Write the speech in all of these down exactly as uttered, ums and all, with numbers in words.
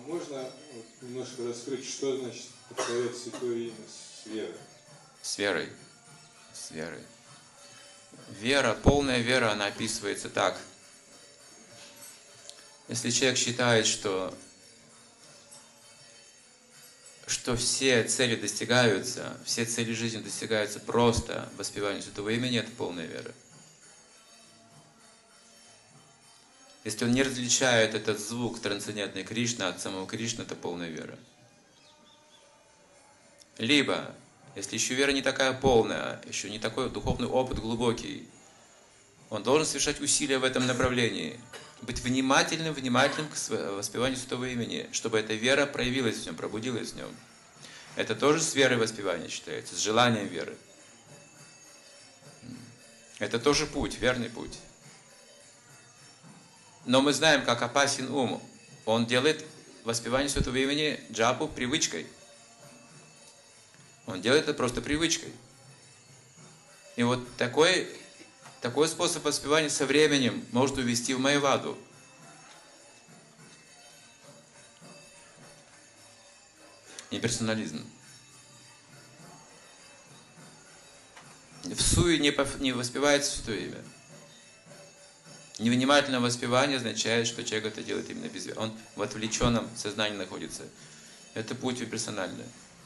можно вот немножко раскрыть, что значит повторять святое имя с верой? С верой. С верой. Вера, полная вера, она описывается так. Если человек считает, что, что все цели достигаются, все цели жизни достигаются просто воспеванием святого имени, это полная вера. Если он не различает этот звук трансцендентный Кришна от самого Кришны, это полная вера. Либо, если еще вера не такая полная, еще не такой духовный опыт глубокий, он должен совершать усилия в этом направлении, быть внимательным, внимательным к воспеванию святого имени, чтобы эта вера проявилась в нем, пробудилась в нем. Это тоже с верой воспевания считается, с желанием веры. Это тоже путь, верный путь. Но мы знаем, как опасен ум. Он делает воспевание святого имени джапу привычкой. Он делает это просто привычкой. И вот такой, такой способ воспевания со временем может увести в майяваду. Имперсонализм. В суе не, не воспевается святое имя. Невнимательное воспевание означает, что человек это делает именно без веры. Он в отвлеченном сознании находится. Это путь випассанальный.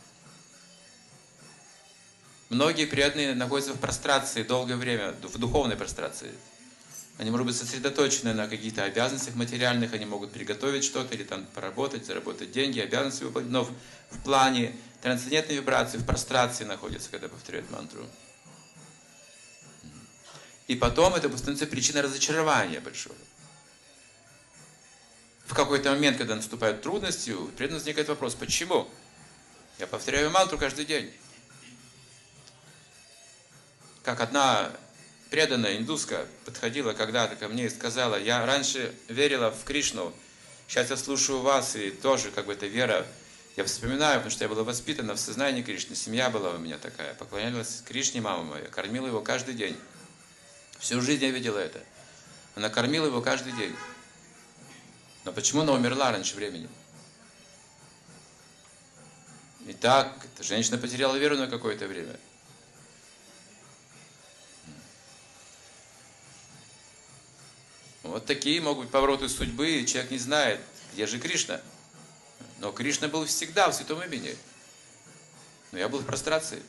Многие преданные находятся в прострации долгое время, в духовной прострации. Они могут быть сосредоточены на каких-то обязанностях материальных, они могут приготовить что-то или там поработать, заработать деньги, обязанности выполнить, но в, в плане трансцендентной вибрации, в прострации находятся, когда повторяют мантру. И потом это становится причиной разочарования большого. В какой-то момент, когда наступают трудности, у преданного возникает вопрос, почему? Я повторяю мантру каждый день. Как одна преданная индуска подходила когда-то ко мне и сказала, я раньше верила в Кришну, сейчас я слушаю вас, и тоже как бы эта вера, я вспоминаю, потому что я была воспитана в сознании Кришны, семья была у меня такая, поклонялась Кришне мама моя, кормила его каждый день. Всю жизнь я видела это. Она кормила его каждый день. Но почему она умерла раньше времени? Итак, эта женщина потеряла веру на какое-то время. Вот такие могут быть повороты судьбы, и человек не знает, где же Кришна. Но Кришна был всегда в святом имени. Но я был в прострации.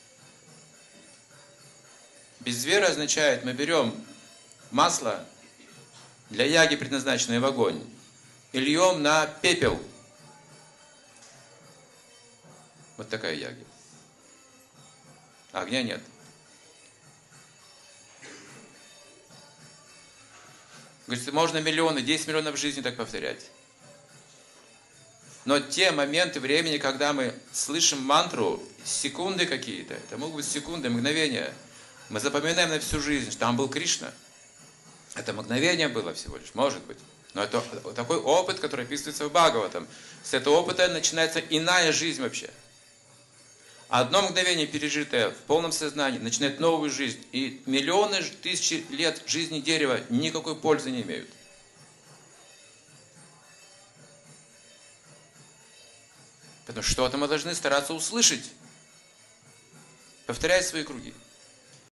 Без веры означает, мы берем масло для яги, предназначенное в огонь, и льем на пепел. Вот такая яги. А огня нет. Говорится, можно миллионы, десять миллионов в жизни так повторять. Но те моменты времени, когда мы слышим мантру, секунды какие-то, это могут быть секунды, мгновения, мы запоминаем на всю жизнь, что там был Кришна. Это мгновение было всего лишь, может быть. Но это такой опыт, который описывается в Бхагаватам. С этого опыта начинается иная жизнь вообще. Одно мгновение, пережитое в полном сознании, начинает новую жизнь. И миллионы, тысячи лет жизни дерева никакой пользы не имеют. Потому что что-то мы должны стараться услышать. Повторять свои круги.